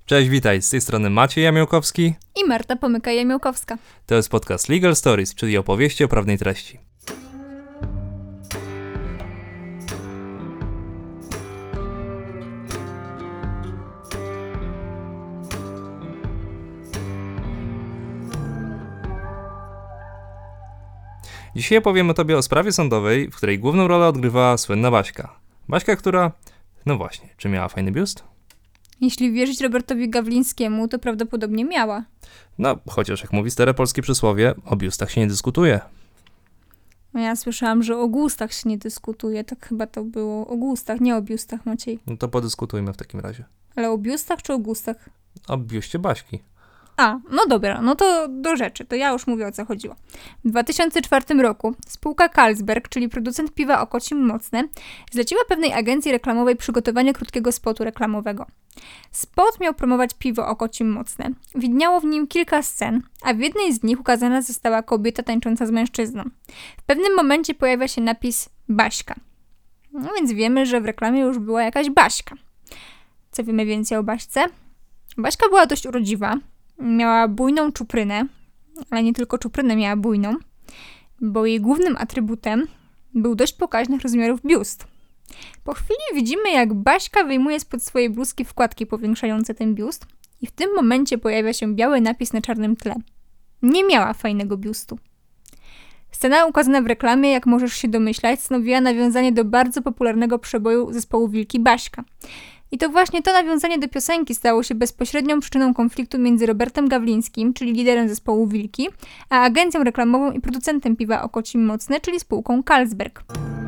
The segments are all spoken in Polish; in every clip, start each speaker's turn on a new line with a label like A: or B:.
A: Cześć, witaj, z tej strony Maciej Jamiołkowski
B: i Marta Pomykaj-Jamiołkowska.
A: To jest podcast Legal Stories, czyli opowieści o prawnej treści. Dzisiaj opowiemy Tobie o sprawie sądowej, w której główną rolę odgrywała słynna Baśka. Baśka, która, no właśnie, czy miała fajny biust?
B: Jeśli wierzyć Robertowi Gawlińskiemu, to prawdopodobnie miała.
A: No, chociaż jak mówi stare polskie przysłowie, o biustach się nie dyskutuje.
B: Ja słyszałam, że o gustach się nie dyskutuje. Tak chyba to było o gustach, nie o biustach, Maciej.
A: No to podyskutujmy w takim razie.
B: Ale o biustach czy o gustach?
A: O biuście Baśki.
B: No dobra, no to do rzeczy, to ja już mówię, o co chodziło. W 2004 roku spółka Carlsberg, czyli producent piwa o kocim Mocne, zleciła pewnej agencji reklamowej przygotowanie krótkiego spotu reklamowego. Spot miał promować piwo o kocim Mocne. Widniało w nim kilka scen, a w jednej z nich ukazana została kobieta tańcząca z mężczyzną. W pewnym momencie pojawia się napis Baśka. No więc wiemy, że w reklamie już była jakaś Baśka. Co wiemy więcej o Baśce? Baśka była dość urodziwa. Miała bujną czuprynę, ale nie tylko czuprynę miała bujną, bo jej głównym atrybutem był dość pokaźnych rozmiarów biust. Po chwili widzimy, jak Baśka wyjmuje spod swojej bluzki wkładki powiększające ten biust i w tym momencie pojawia się biały napis na czarnym tle. Nie miała fajnego biustu. Scena ukazana w reklamie, jak możesz się domyślać, stanowiła nawiązanie do bardzo popularnego przeboju zespołu Wilki Baśka. I to właśnie to nawiązanie do piosenki stało się bezpośrednią przyczyną konfliktu między Robertem Gawlińskim, czyli liderem zespołu Wilki, a agencją reklamową i producentem piwa o kocim Mocne, czyli spółką Carlsberg.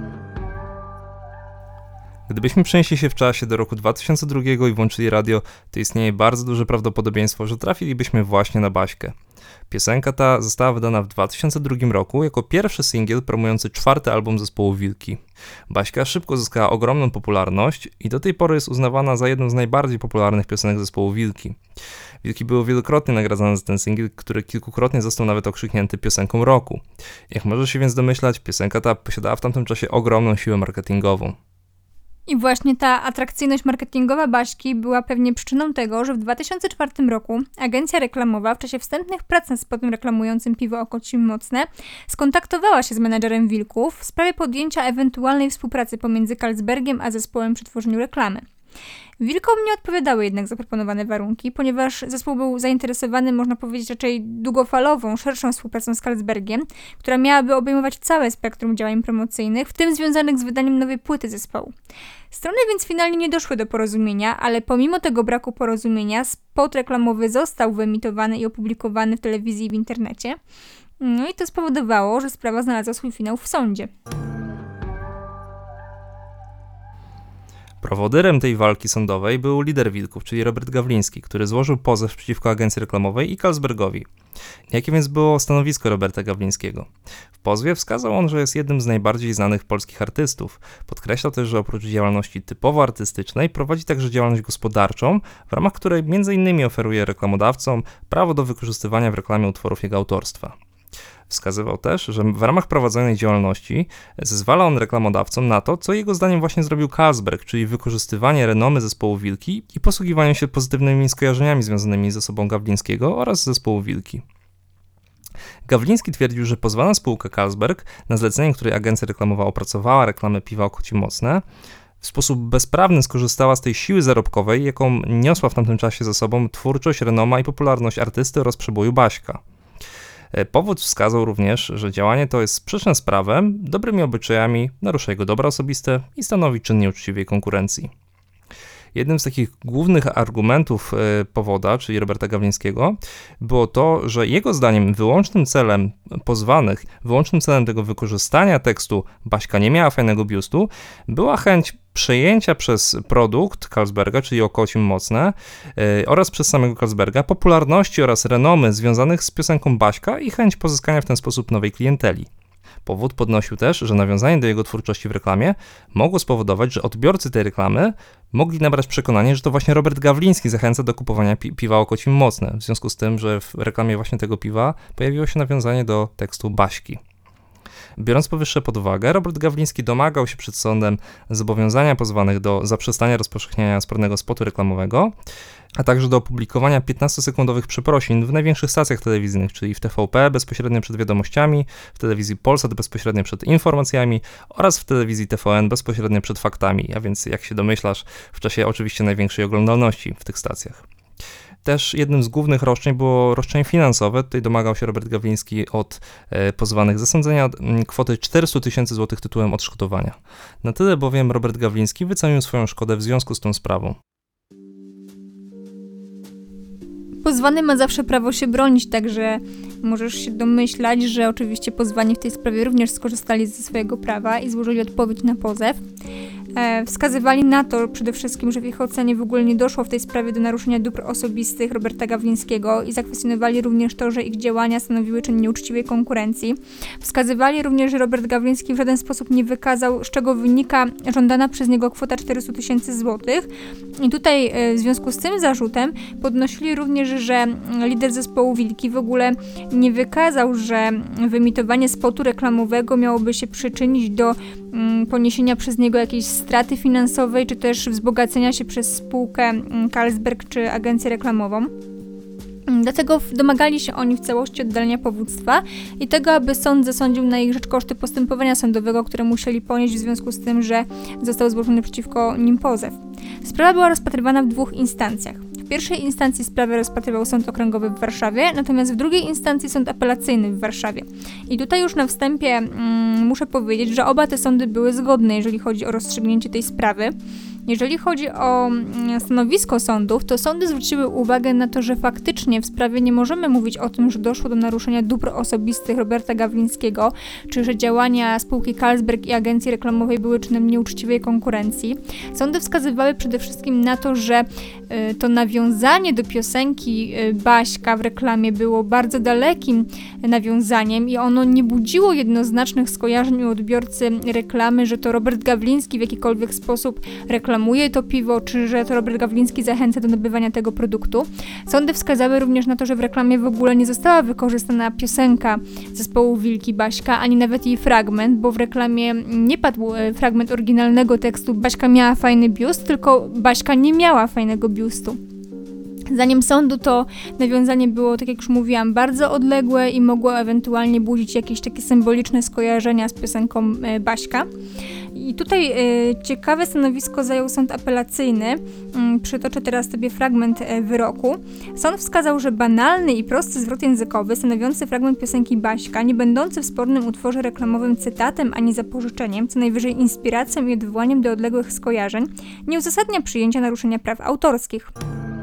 A: Gdybyśmy przenieśli się w czasie do roku 2002 i włączyli radio, to istnieje bardzo duże prawdopodobieństwo, że trafilibyśmy właśnie na Baśkę. Piosenka ta została wydana w 2002 roku jako pierwszy singiel promujący czwarty album zespołu Wilki. Baśka szybko zyskała ogromną popularność i do tej pory jest uznawana za jedną z najbardziej popularnych piosenek zespołu Wilki. Wilki były wielokrotnie nagradzane za ten singiel, który kilkukrotnie został nawet okrzyknięty piosenką roku. Jak możesz się więc domyślać, piosenka ta posiadała w tamtym czasie ogromną siłę marketingową.
B: I właśnie ta atrakcyjność marketingowa Baśki była pewnie przyczyną tego, że w 2004 roku agencja reklamowa w czasie wstępnych prac nad spotem reklamującym piwo o kocim Mocne skontaktowała się z menadżerem Wilków w sprawie podjęcia ewentualnej współpracy pomiędzy Carlsbergiem a zespołem przy tworzeniu reklamy. Wilkom nie odpowiadały jednak zaproponowane warunki, ponieważ zespół był zainteresowany, można powiedzieć, raczej długofalową, szerszą współpracą z Carlsbergiem, która miałaby obejmować całe spektrum działań promocyjnych, w tym związanych z wydaniem nowej płyty zespołu. Strony więc finalnie nie doszły do porozumienia, ale pomimo tego braku porozumienia spot reklamowy został wyemitowany i opublikowany w telewizji i w internecie. No i to spowodowało, że sprawa znalazła swój finał w sądzie.
A: Prowodyrem tej walki sądowej był lider Wilków, czyli Robert Gawliński, który złożył pozew przeciwko agencji reklamowej i Carlsbergowi. Jakie więc było stanowisko Roberta Gawlińskiego? W pozwie wskazał on, że jest jednym z najbardziej znanych polskich artystów. Podkreślał też, że oprócz działalności typowo artystycznej prowadzi także działalność gospodarczą, w ramach której m.in. oferuje reklamodawcom prawo do wykorzystywania w reklamie utworów jego autorstwa. Wskazywał też, że w ramach prowadzonej działalności zezwala on reklamodawcom na to, co jego zdaniem właśnie zrobił Carlsberg, czyli wykorzystywanie renomy zespołu Wilki i posługiwanie się pozytywnymi skojarzeniami związanymi z osobą Gawlińskiego oraz zespołu Wilki. Gawliński twierdził, że pozwana spółka Carlsberg, na zlecenie której agencja reklamowa opracowała reklamę piwa o kocim Mocne, w sposób bezprawny skorzystała z tej siły zarobkowej, jaką niosła w tamtym czasie za sobą twórczość, renoma i popularność artysty oraz przeboju Baśka. Powód wskazał również, że działanie to jest sprzeczne z prawem, dobrymi obyczajami, narusza jego dobra osobiste i stanowi czyn nieuczciwej konkurencji. Jednym z takich głównych argumentów powoda, czyli Roberta Gawlińskiego, było to, że jego zdaniem wyłącznym celem pozwanych, wyłącznym celem tego wykorzystania tekstu Baśka nie miała fajnego biustu, była chęć przejęcia przez produkt Carlsberga, czyli o kocim Mocne, oraz przez samego Carlsberga popularności oraz renomy związanych z piosenką Baśka i chęć pozyskania w ten sposób nowej klienteli. Powód podnosił też, że nawiązanie do jego twórczości w reklamie mogło spowodować, że odbiorcy tej reklamy mogli nabrać przekonanie, że to właśnie Robert Gawliński zachęca do kupowania piwa o kocim Mocne, w związku z tym, że w reklamie właśnie tego piwa pojawiło się nawiązanie do tekstu Baśki. Biorąc powyższe pod uwagę, Robert Gawliński domagał się przed sądem zobowiązania pozwanych do zaprzestania rozpowszechniania spornego spotu reklamowego, a także do opublikowania 15-sekundowych przeprosin w największych stacjach telewizyjnych, czyli w TVP bezpośrednio przed wiadomościami, w telewizji Polsat bezpośrednio przed informacjami oraz w telewizji TVN bezpośrednio przed faktami, a więc jak się domyślasz, w czasie oczywiście największej oglądalności w tych stacjach. Też jednym z głównych roszczeń było roszczenie finansowe. Tutaj domagał się Robert Gawliński od pozwanych zasądzenia kwoty 400 000 złotych tytułem odszkodowania. Na tyle bowiem Robert Gawliński wycenił swoją szkodę w związku z tą sprawą.
B: Pozwany ma zawsze prawo się bronić, także możesz się domyślać, że oczywiście pozwani w tej sprawie również skorzystali ze swojego prawa i złożyli odpowiedź na pozew. Wskazywali na to przede wszystkim, że w ich ocenie w ogóle nie doszło w tej sprawie do naruszenia dóbr osobistych Roberta Gawlińskiego i zakwestionowali również to, że ich działania stanowiły czyn nieuczciwej konkurencji. Wskazywali również, że Robert Gawliński w żaden sposób nie wykazał, z czego wynika żądana przez niego kwota 400 000 złotych. I tutaj w związku z tym zarzutem podnosili również, że lider zespołu Wilki w ogóle nie wykazał, że wyemitowanie spotu reklamowego miałoby się przyczynić do poniesienia przez niego jakiejś straty finansowej, czy też wzbogacenia się przez spółkę Carlsberg czy agencję reklamową. Dlatego domagali się oni w całości oddalenia powództwa i tego, aby sąd zasądził na ich rzecz koszty postępowania sądowego, które musieli ponieść w związku z tym, że został złożony przeciwko nim pozew. Sprawa była rozpatrywana w 2 instancjach. W pierwszej instancji sprawę rozpatrywał Sąd Okręgowy w Warszawie, natomiast w drugiej instancji Sąd Apelacyjny w Warszawie. I tutaj już na wstępie muszę powiedzieć, że oba te sądy były zgodne, jeżeli chodzi o rozstrzygnięcie tej sprawy. Jeżeli chodzi o stanowisko sądów, to sądy zwróciły uwagę na to, że faktycznie w sprawie nie możemy mówić o tym, że doszło do naruszenia dóbr osobistych Roberta Gawlińskiego, czy że działania spółki Carlsberg i agencji reklamowej były czynem nieuczciwej konkurencji. Sądy wskazywały przede wszystkim na to, że to nawiązanie do piosenki Baśka w reklamie było bardzo dalekim nawiązaniem i ono nie budziło jednoznacznych skojarzeń u odbiorcy reklamy, że to Robert Gawliński w jakikolwiek sposób reklamuje to piwo, czy że to Robert Gawliński zachęca do nabywania tego produktu. Sądy wskazały również na to, że w reklamie w ogóle nie została wykorzystana piosenka zespołu Wilki Baśka, ani nawet jej fragment, bo w reklamie nie padł fragment oryginalnego tekstu Baśka miała fajny biust, tylko Baśka nie miała fajnego biustu. Zdaniem sądu to nawiązanie było, tak jak już mówiłam, bardzo odległe i mogło ewentualnie budzić jakieś takie symboliczne skojarzenia z piosenką Baśka. I tutaj ciekawe stanowisko zajął sąd apelacyjny. Przytoczę teraz sobie fragment wyroku. Sąd wskazał, że banalny i prosty zwrot językowy stanowiący fragment piosenki Baśka, nie będący w spornym utworze reklamowym cytatem ani zapożyczeniem, co najwyżej inspiracją i odwołaniem do odległych skojarzeń, nie uzasadnia przyjęcia naruszenia praw autorskich.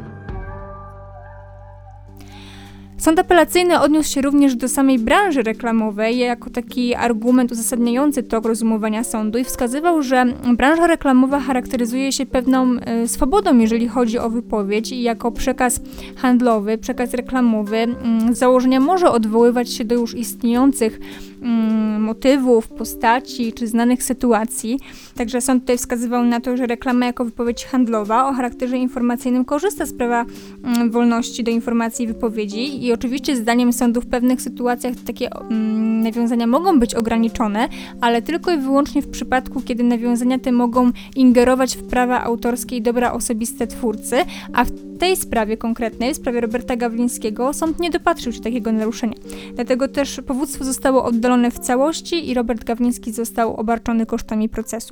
B: Sąd apelacyjny odniósł się również do samej branży reklamowej jako taki argument uzasadniający tok rozumowania sądu i wskazywał, że branża reklamowa charakteryzuje się pewną swobodą, jeżeli chodzi o wypowiedź i jako przekaz handlowy, przekaz reklamowy z założenia może odwoływać się do już istniejących motywów, postaci czy znanych sytuacji. Także sąd tutaj wskazywał na to, że reklama jako wypowiedź handlowa o charakterze informacyjnym korzysta z prawa wolności do informacji i wypowiedzi i oczywiście zdaniem sądu w pewnych sytuacjach takie nawiązania mogą być ograniczone, ale tylko i wyłącznie w przypadku, kiedy nawiązania te mogą ingerować w prawa autorskie i dobra osobiste twórcy, a w tej sprawie konkretnej, w sprawie Roberta Gawlińskiego, sąd nie dopatrzył się takiego naruszenia. Dlatego też powództwo zostało oddalone w całości i Robert Gawliński został obarczony kosztami procesu.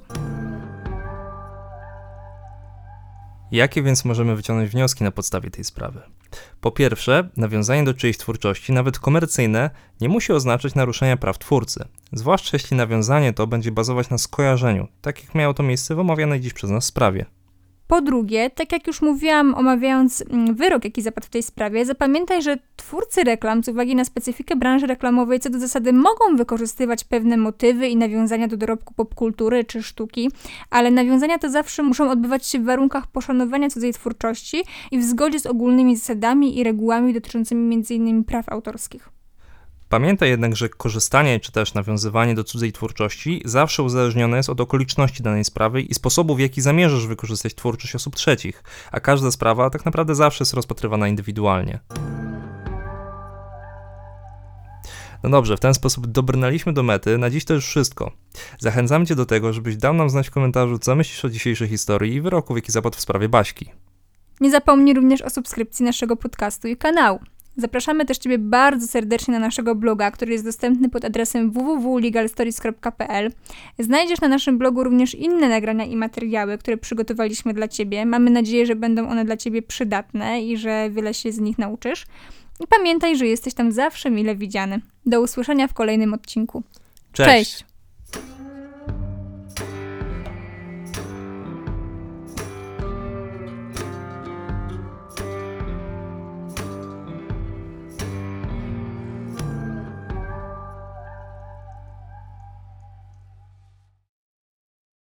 A: Jakie więc możemy wyciągnąć wnioski na podstawie tej sprawy? Po pierwsze, nawiązanie do czyjejś twórczości, nawet komercyjne, nie musi oznaczać naruszenia praw twórcy. Zwłaszcza jeśli nawiązanie to będzie bazować na skojarzeniu, tak jak miało to miejsce w omawianej dziś przez nas sprawie.
B: Po drugie, tak jak już mówiłam, omawiając wyrok, jaki zapadł w tej sprawie, zapamiętaj, że twórcy reklam z uwagi na specyfikę branży reklamowej co do zasady mogą wykorzystywać pewne motywy i nawiązania do dorobku popkultury czy sztuki, ale nawiązania to zawsze muszą odbywać się w warunkach poszanowania cudzej twórczości i w zgodzie z ogólnymi zasadami i regułami dotyczącymi m.in. praw autorskich.
A: Pamiętaj jednak, że korzystanie czy też nawiązywanie do cudzej twórczości zawsze uzależnione jest od okoliczności danej sprawy i sposobu, w jaki zamierzasz wykorzystać twórczość osób trzecich, a każda sprawa tak naprawdę zawsze jest rozpatrywana indywidualnie. No dobrze, w ten sposób dobrnęliśmy do mety, na dziś to już wszystko. Zachęcamy Cię do tego, żebyś dał nam znać w komentarzu, co myślisz o dzisiejszej historii i wyroku, w jaki zapadł w sprawie Baśki.
B: Nie zapomnij również o subskrypcji naszego podcastu i kanału. Zapraszamy też Ciebie bardzo serdecznie na naszego bloga, który jest dostępny pod adresem www.legalstories.pl. Znajdziesz na naszym blogu również inne nagrania i materiały, które przygotowaliśmy dla Ciebie. Mamy nadzieję, że będą one dla Ciebie przydatne i że wiele się z nich nauczysz. I pamiętaj, że jesteś tam zawsze mile widziany. Do usłyszenia w kolejnym odcinku.
A: Cześć.